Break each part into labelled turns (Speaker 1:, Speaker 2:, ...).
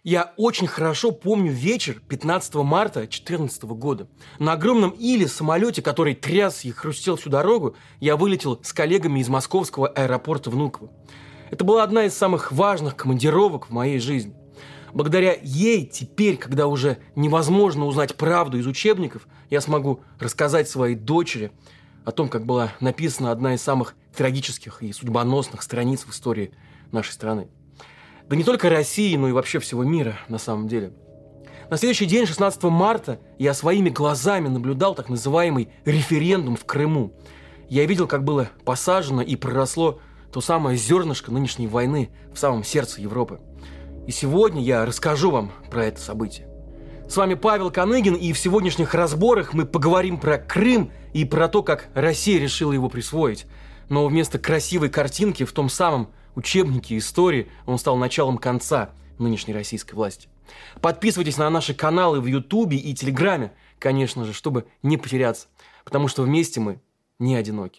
Speaker 1: Я очень хорошо помню вечер 15 марта 2014 года. На огромном Иле-самолете, который тряс и хрустел всю дорогу, я вылетел с коллегами из московского аэропорта Внуково. Это была одна из самых важных командировок в моей жизни. Благодаря ей теперь, когда уже невозможно узнать правду из учебников, я смогу рассказать своей дочери о том, как была написана одна из самых трагических и судьбоносных страниц в истории нашей страны. Да не только России, но и вообще всего мира, на самом деле. На следующий день, 16 марта, я своими глазами наблюдал так называемый референдум в Крыму. Я видел, как было посажено и проросло то самое зернышко нынешней войны в самом сердце Европы. И сегодня я расскажу вам про это событие. С вами Павел Коныгин, и в сегодняшних разборах мы поговорим про Крым и про то, как Россия решила его присвоить. Но вместо красивой картинки в том самом учебнике истории он стал началом конца нынешней российской власти. Подписывайтесь на наши каналы в Ютубе и Телеграме, конечно же, чтобы не потеряться, потому что вместе мы не одиноки.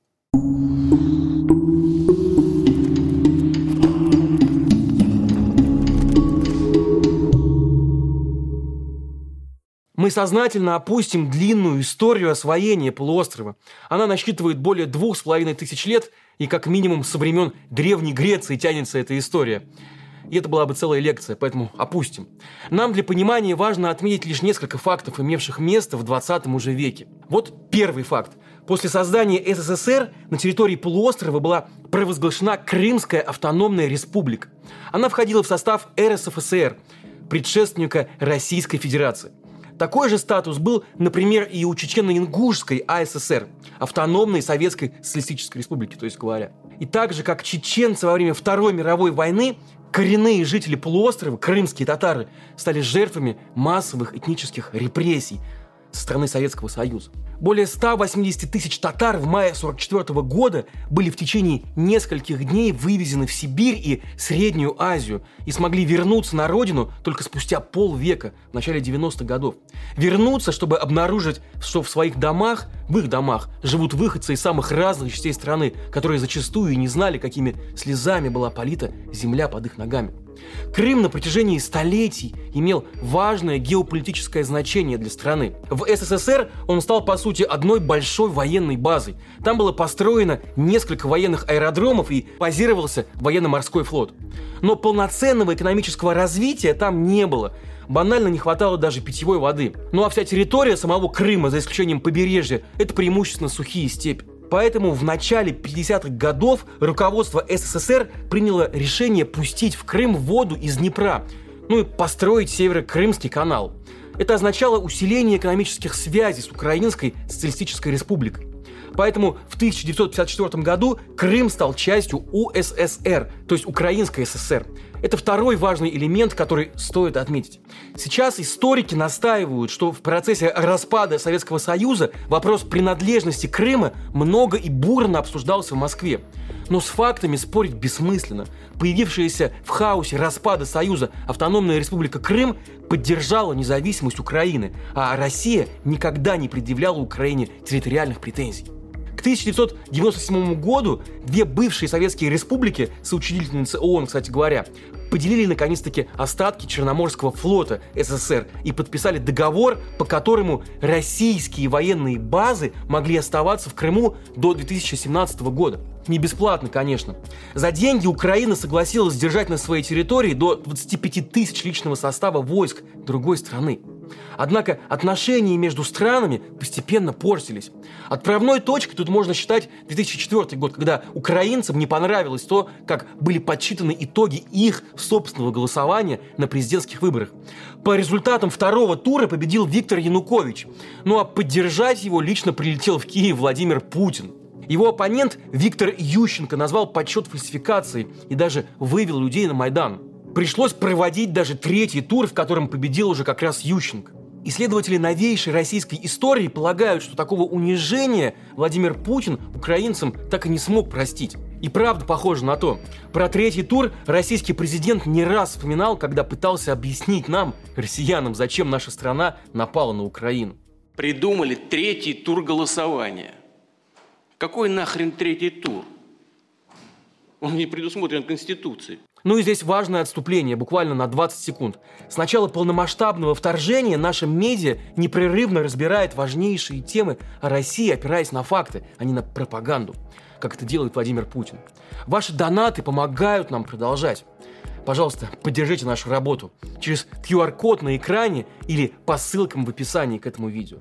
Speaker 1: Мы сознательно опустим длинную историю освоения полуострова. Она насчитывает более 2500 лет, и как минимум со времен Древней Греции тянется эта история. И это была бы целая лекция, поэтому опустим. Нам для понимания важно отметить лишь несколько фактов, имевших место в 20 уже веке. Вот первый факт. После создания СССР на территории полуострова была провозглашена Крымская автономная республика. Она входила в состав РСФСР, предшественника Российской Федерации. Такой же статус был, например, и у Чечено-Ингушской АССР, автономной Советской Социалистической Республики, то есть говоря. И так же, как чеченцы во время Второй мировой войны, коренные жители полуострова, крымские татары, стали жертвами массовых этнических репрессий со стороны Советского Союза. Более 180 тысяч татар в мае 1944 года были в течение нескольких дней вывезены в Сибирь и Среднюю Азию и смогли вернуться на родину только спустя полвека, в начале 90-х годов. Вернуться, чтобы обнаружить, что в своих домах, в их домах, живут выходцы из самых разных частей страны, которые зачастую и не знали, какими слезами была полита земля под их ногами. Крым на протяжении столетий имел важное геополитическое значение для страны. В СССР он стал, по сути, одной большой военной базой. Там было построено несколько военных аэродромов и базировался военно-морской флот. Но полноценного экономического развития там не было. Банально не хватало даже питьевой воды. Ну а вся территория самого Крыма, за исключением побережья, это преимущественно сухие степи. Поэтому в начале 50-х годов руководство СССР приняло решение пустить в Крым воду из Днепра, ну и построить Северо-Крымский канал. Это означало усиление экономических связей с Украинской Социалистической Республикой. Поэтому в 1954 году Крым стал частью УССР, то есть Украинской ССР. Это второй важный элемент, который стоит отметить. Сейчас историки настаивают, что в процессе распада Советского Союза вопрос принадлежности Крыма много и бурно обсуждался в Москве. Но с фактами спорить бессмысленно. Появившаяся в хаосе распада Союза автономная республика Крым поддержала независимость Украины, а Россия никогда не предъявляла Украине территориальных претензий. К 1997 году две бывшие советские республики, соучредительницы ООН, кстати говоря, поделили наконец-таки остатки Черноморского флота СССР и подписали договор, по которому российские военные базы могли оставаться в Крыму до 2017 года. Не бесплатно, конечно. За деньги Украина согласилась держать на своей территории до 25 тысяч личного состава войск другой страны. Однако отношения между странами постепенно портились. Отправной точкой тут можно считать 2004 год, когда украинцам не понравилось то, как были подсчитаны итоги их собственного голосования на президентских выборах. По результатам второго тура победил Виктор Янукович. Ну а поддержать его лично прилетел в Киев Владимир Путин. Его оппонент Виктор Ющенко назвал подсчет фальсификацией и даже вывел людей на Майдан. Пришлось проводить даже третий тур, в котором победил уже как раз Ющенко. Исследователи новейшей российской истории полагают, что такого унижения Владимир Путин украинцам так и не смог простить. И правда похоже на то. Про третий тур российский президент не раз вспоминал, когда пытался объяснить нам, россиянам, зачем наша страна напала на Украину.
Speaker 2: Придумали третий тур голосования. Какой нахрен третий тур? Он не предусмотрен Конституцией.
Speaker 1: Ну и здесь важное отступление, буквально на 20 секунд. С начала полномасштабного вторжения наша медиа непрерывно разбирает важнейшие темы о России, опираясь на факты, а не на пропаганду, как это делает Владимир Путин. Ваши донаты помогают нам продолжать. Пожалуйста, поддержите нашу работу через QR-код на экране или по ссылкам в описании к этому видео.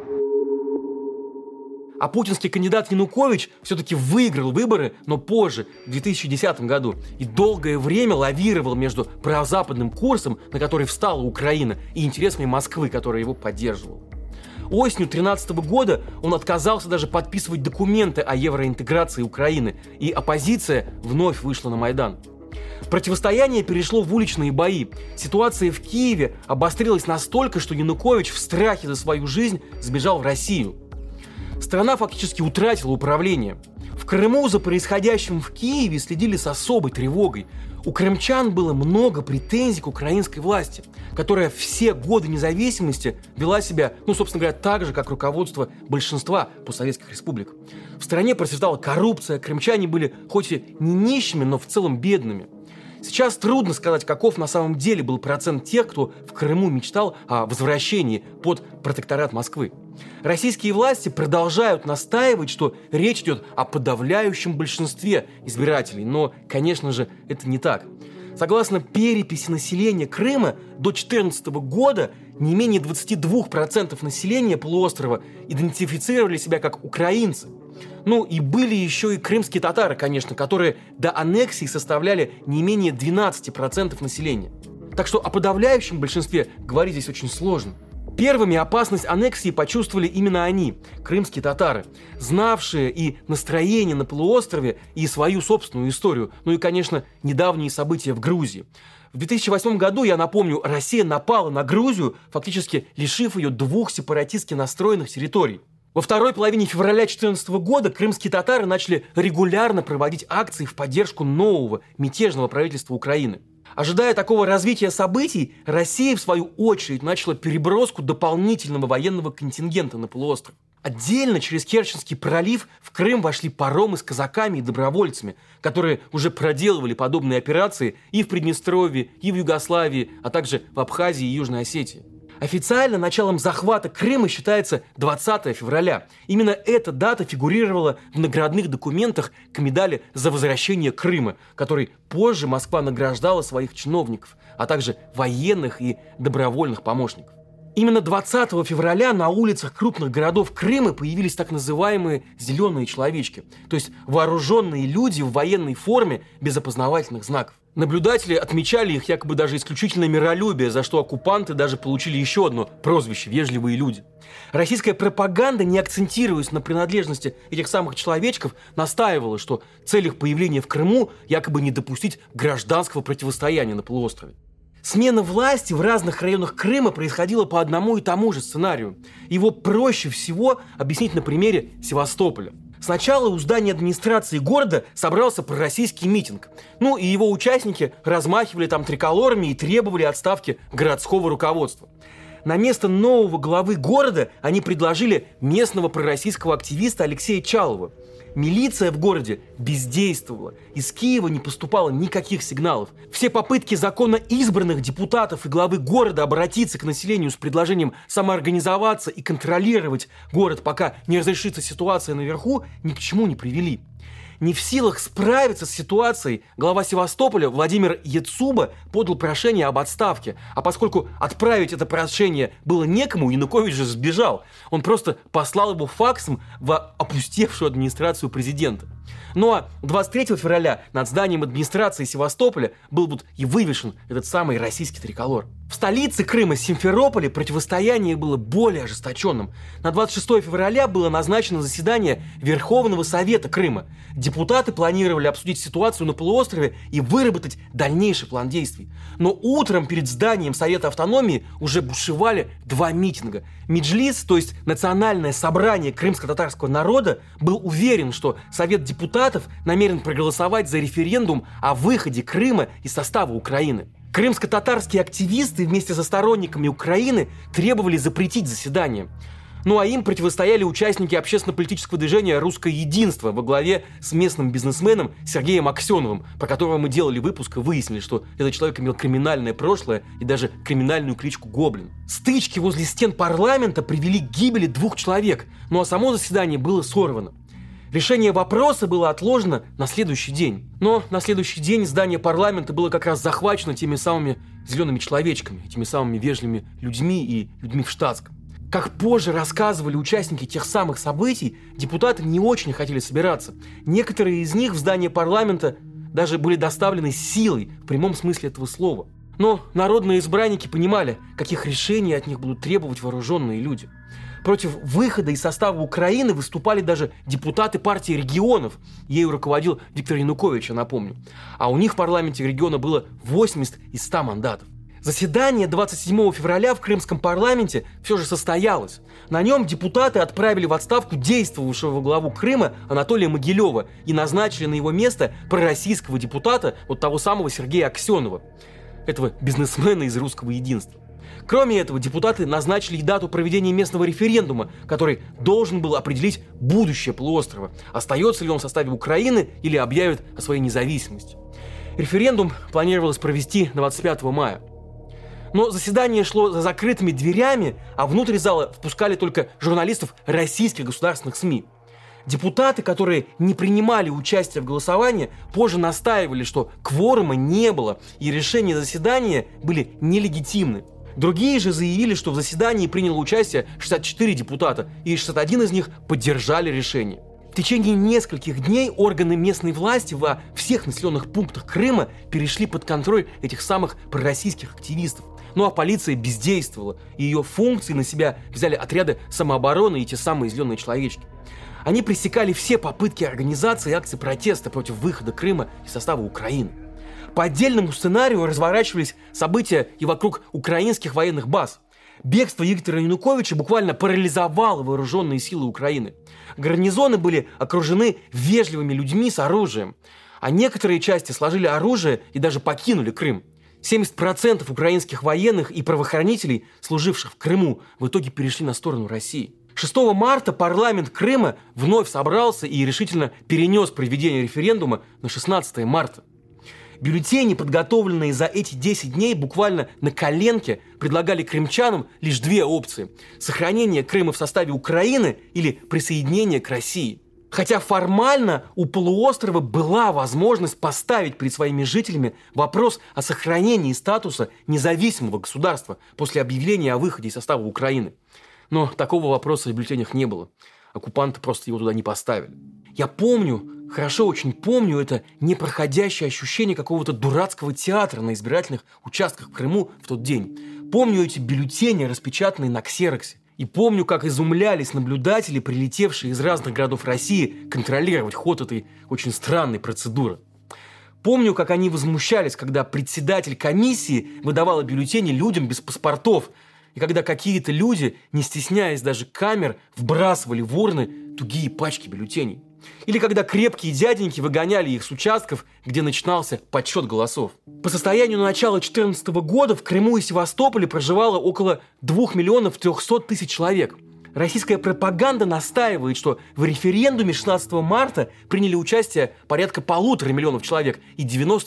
Speaker 1: А путинский кандидат Янукович все-таки выиграл выборы, но позже, в 2010 году, и долгое время лавировал между прозападным курсом, на который встала Украина, и интересами Москвы, которая его поддерживала. Осенью 2013 года он отказался даже подписывать документы о евроинтеграции Украины, и оппозиция вновь вышла на Майдан. Противостояние перешло в уличные бои. Ситуация в Киеве обострилась настолько, что Янукович в страхе за свою жизнь сбежал в Россию. Страна фактически утратила управление. В Крыму за происходящим в Киеве следили с особой тревогой. У крымчан было много претензий к украинской власти, которая все годы независимости вела себя, собственно говоря, так же, как руководство большинства постсоветских республик. В стране процветала коррупция, крымчане были хоть и не нищими, но в целом бедными. Сейчас трудно сказать, каков на самом деле был процент тех, кто в Крыму мечтал о возвращении под протекторат Москвы. Российские власти продолжают настаивать, что речь идет о подавляющем большинстве избирателей, но, конечно же, это не так. Согласно переписи населения Крыма, до 2014 года не менее 22% населения полуострова идентифицировали себя как украинцы. И были еще и крымские татары, конечно, которые до аннексии составляли не менее 12% населения. Так что о подавляющем большинстве говорить здесь очень сложно. Первыми опасность аннексии почувствовали именно они, крымские татары, знавшие и настроение на полуострове, и свою собственную историю, и, конечно, недавние события в Грузии. В 2008 году, я напомню, Россия напала на Грузию, фактически лишив ее 2 сепаратистски настроенных территорий. Во второй половине февраля 2014 года крымские татары начали регулярно проводить акции в поддержку нового мятежного правительства Украины. Ожидая такого развития событий, Россия, в свою очередь, начала переброску дополнительного военного контингента на полуостров. Отдельно через Керченский пролив в Крым вошли паромы с казаками и добровольцами, которые уже проделывали подобные операции и в Приднестровье, и в Югославии, а также в Абхазии и Южной Осетии. Официально началом захвата Крыма считается 20 февраля. Именно эта дата фигурировала в наградных документах к медали за возвращение Крыма, которой позже Москва награждала своих чиновников, а также военных и добровольных помощников. Именно 20 февраля на улицах крупных городов Крыма появились так называемые «зеленые человечки», то есть вооруженные люди в военной форме без опознавательных знаков. Наблюдатели отмечали их якобы даже исключительное миролюбие, за что оккупанты даже получили еще одно прозвище – «вежливые люди». Российская пропаганда, не акцентируясь на принадлежности этих самых человечков, настаивала, что цель их появления в Крыму якобы не допустить гражданского противостояния на полуострове. Смена власти в разных районах Крыма происходила по одному и тому же сценарию. Его проще всего объяснить на примере Севастополя. Сначала у здания администрации города собрался пророссийский митинг. И его участники размахивали там триколорами и требовали отставки городского руководства. На место нового главы города они предложили местного пророссийского активиста Алексея Чалова. Милиция в городе бездействовала. Из Киева не поступало никаких сигналов. Все попытки законно избранных депутатов и главы города обратиться к населению с предложением самоорганизоваться и контролировать город, пока не разрешится ситуация наверху, ни к чему не привели. Не в силах справиться с ситуацией, глава Севастополя Владимир Яцуба подал прошение об отставке. А поскольку отправить это прошение было некому, Янукович же сбежал. Он просто послал его факсом в опустевшую администрацию президента. А 23 февраля над зданием администрации Севастополя был и вывешен этот самый российский триколор. В столице Крыма, Симферополе, противостояние было более ожесточенным. На 26 февраля было назначено заседание Верховного Совета Крыма. Депутаты планировали обсудить ситуацию на полуострове и выработать дальнейший план действий. Но утром перед зданием Совета автономии уже бушевали 2 митинга. Меджлис, то есть Национальное собрание крымско-татарского народа, был уверен, что Совет депутатов намерен проголосовать за референдум о выходе Крыма из состава Украины. Крымско-татарские активисты вместе со сторонниками Украины требовали запретить заседание. Ну а им противостояли участники общественно-политического движения «Русское единство» во главе с местным бизнесменом Сергеем Аксеновым, про которого мы делали выпуск и выяснили, что этот человек имел криминальное прошлое и даже криминальную кличку «Гоблин». Стычки возле стен парламента привели к гибели 2 человек, ну а само заседание было сорвано. Решение вопроса было отложено на следующий день. Но на следующий день здание парламента было как раз захвачено теми самыми зелеными человечками, этими самыми вежливыми людьми и людьми в штатском. Как позже рассказывали участники тех самых событий, депутаты не очень хотели собираться. Некоторые из них в здание парламента даже были доставлены силой, в прямом смысле этого слова. Но народные избранники понимали, каких решений от них будут требовать вооруженные люди. Против выхода из состава Украины выступали даже депутаты партии регионов. Ею руководил Виктор Янукович, я напомню. А у них в парламенте региона было 80 из 100 мандатов. Заседание 27 февраля в Крымском парламенте все же состоялось. На нем депутаты отправили в отставку действовавшего во главу Крыма Анатолия Могилева и назначили на его место пророссийского депутата, вот того самого Сергея Аксенова, этого бизнесмена из «Русского единства». Кроме этого, депутаты назначили и дату проведения местного референдума, который должен был определить будущее полуострова, остается ли он в составе Украины или объявит о своей независимости. Референдум планировалось провести 25 мая. Но заседание шло за закрытыми дверями, а внутрь зала впускали только журналистов российских государственных СМИ. Депутаты, которые не принимали участие в голосовании, позже настаивали, что кворума не было и решения заседания были нелегитимны. Другие же заявили, что в заседании приняло участие 64 депутата, и 61 из них поддержали решение. В течение нескольких дней органы местной власти во всех населенных пунктах Крыма перешли под контроль этих самых пророссийских активистов. Ну а полиция бездействовала, и ее функции на себя взяли отряды самообороны и те самые зеленые человечки. Они пресекали все попытки организации акций протеста против выхода Крыма из состава Украины. По отдельному сценарию разворачивались события и вокруг украинских военных баз. Бегство Виктора Януковича буквально парализовало вооруженные силы Украины. Гарнизоны были окружены вежливыми людьми с оружием, а некоторые части сложили оружие и даже покинули Крым. 70% украинских военных и правоохранителей, служивших в Крыму, в итоге перешли на сторону России. 6 марта парламент Крыма вновь собрался и решительно перенес проведение референдума на 16 марта. Бюллетени, подготовленные за эти 10 дней, буквально на коленке предлагали крымчанам лишь 2 опции – сохранение Крыма в составе Украины или присоединение к России. Хотя формально у полуострова была возможность поставить перед своими жителями вопрос о сохранении статуса независимого государства после объявления о выходе из состава Украины. Но такого вопроса в бюллетенях не было. Оккупанты просто его туда не поставили. Я помню, хорошо очень помню это непроходящее ощущение какого-то дурацкого театра на избирательных участках в Крыму в тот день. Помню эти бюллетени, распечатанные на ксероксе. И помню, как изумлялись наблюдатели, прилетевшие из разных городов России, контролировать ход этой очень странной процедуры. Помню, как они возмущались, когда председатель комиссии выдавала бюллетени людям без паспортов, и когда какие-то люди, не стесняясь даже камер, вбрасывали в урны тугие пачки бюллетеней. Или когда крепкие дяденьки выгоняли их с участков, где начинался подсчет голосов. По состоянию на начало 2014 года в Крыму и Севастополе проживало около 2 300 000 человек. Российская пропаганда настаивает, что в референдуме 16 марта приняли участие порядка 1,5 миллиона человек, и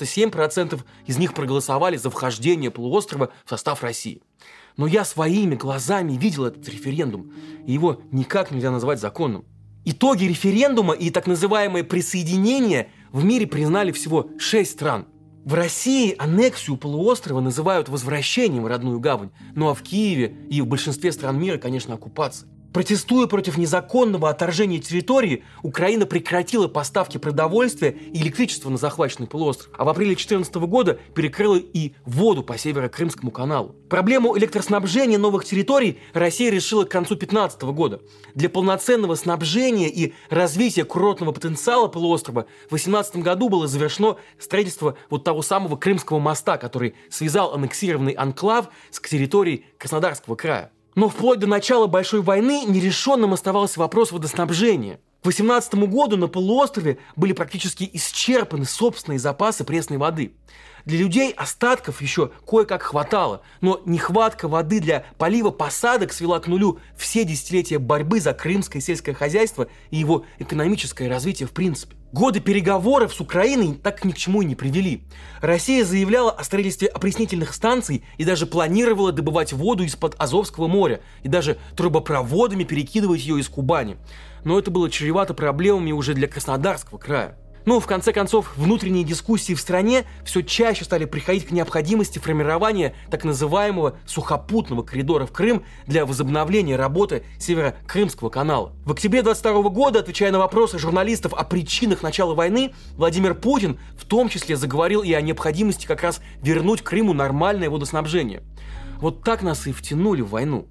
Speaker 1: 97% из них проголосовали за вхождение полуострова в состав России. Но я своими глазами видел этот референдум, и его никак нельзя назвать законным. Итоги референдума и так называемое присоединение в мире признали всего 6 стран. В России аннексию полуострова называют возвращением в родную гавань, ну а в Киеве и в большинстве стран мира, конечно, оккупацией. Протестуя против незаконного отторжения территории, Украина прекратила поставки продовольствия и электричества на захваченный полуостров, а в апреле 2014 года перекрыла и воду по Северо-Крымскому каналу. Проблему электроснабжения новых территорий Россия решила к концу 2015 года. Для полноценного снабжения и развития курортного потенциала полуострова в 2018 году было завершено строительство вот того самого Крымского моста, который связал аннексированный анклав с территорией Краснодарского края. Но вплоть до начала Большой войны нерешенным оставался вопрос водоснабжения. К 2018 году на полуострове были практически исчерпаны собственные запасы пресной воды. Для людей остатков еще кое-как хватало, но нехватка воды для полива посадок свела к нулю все десятилетия борьбы за крымское сельское хозяйство и его экономическое развитие в принципе. Годы переговоров с Украиной так ни к чему и не привели. Россия заявляла о строительстве опреснительных станций и даже планировала добывать воду из-под Азовского моря и даже трубопроводами перекидывать ее из Кубани. Но это было чревато проблемами уже для Краснодарского края. В конце концов, внутренние дискуссии в стране все чаще стали приходить к необходимости формирования так называемого сухопутного коридора в Крым для возобновления работы Северо-Крымского канала. В октябре 2022 года, отвечая на вопросы журналистов о причинах начала войны, Владимир Путин в том числе заговорил и о необходимости как раз вернуть Крыму нормальное водоснабжение. Вот так нас и втянули в войну.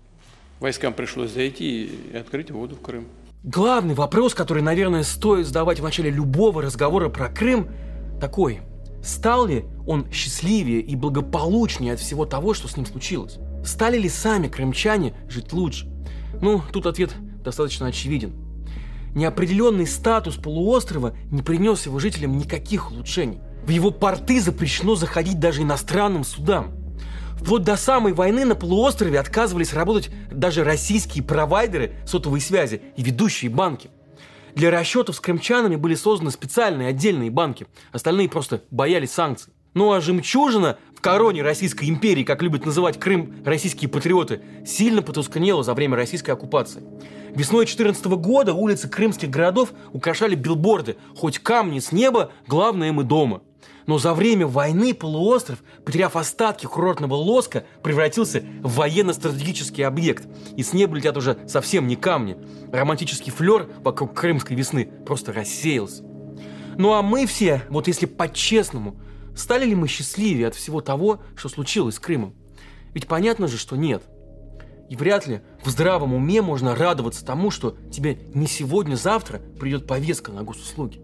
Speaker 2: Войскам пришлось зайти и открыть воду в Крым.
Speaker 1: Главный вопрос, который, наверное, стоит задавать в начале любого разговора про Крым, такой: стал ли он счастливее и благополучнее от всего того, что с ним случилось? Стали ли сами крымчане жить лучше? Тут ответ достаточно очевиден. Неопределенный статус полуострова не принес его жителям никаких улучшений. В его порты запрещено заходить даже иностранным судам. Вплоть до самой войны на полуострове отказывались работать даже российские провайдеры сотовой связи и ведущие банки. Для расчетов с крымчанами были созданы специальные отдельные банки, остальные просто боялись санкций. А жемчужина в короне Российской империи, как любят называть Крым российские патриоты, сильно потускнела за время российской оккупации. Весной 2014 года улицы крымских городов украшали билборды «Хоть камни с неба, главное мы дома». Но за время войны полуостров, потеряв остатки курортного лоска, превратился в военно-стратегический объект. И с неба летят уже совсем не камни. Романтический флер вокруг крымской весны просто рассеялся. А мы все, если по-честному, стали ли мы счастливее от всего того, что случилось с Крымом? Ведь понятно же, что нет. И вряд ли в здравом уме можно радоваться тому, что тебе не сегодня-завтра придет повестка на госуслуги.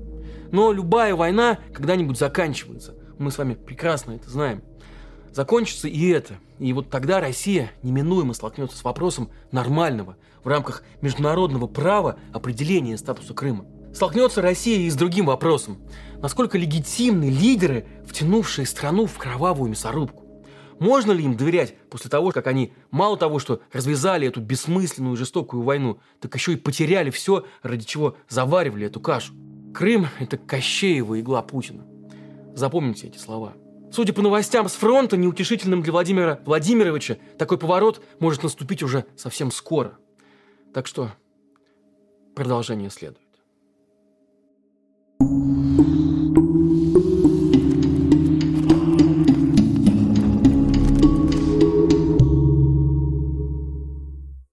Speaker 1: Но любая война когда-нибудь заканчивается. Мы с вами прекрасно это знаем. Закончится и это. И тогда Россия неминуемо столкнется с вопросом нормального в рамках международного права определения статуса Крыма. Столкнется Россия и с другим вопросом. Насколько легитимны лидеры, втянувшие страну в кровавую мясорубку? Можно ли им доверять после того, как они мало того, что развязали эту бессмысленную и жестокую войну, так еще и потеряли все, ради чего заваривали эту кашу? Крым – это Кощеева игла Путина. Запомните эти слова. Судя по новостям с фронта, неутешительным для Владимира Владимировича, такой поворот может наступить уже совсем скоро. Так что продолжение следует.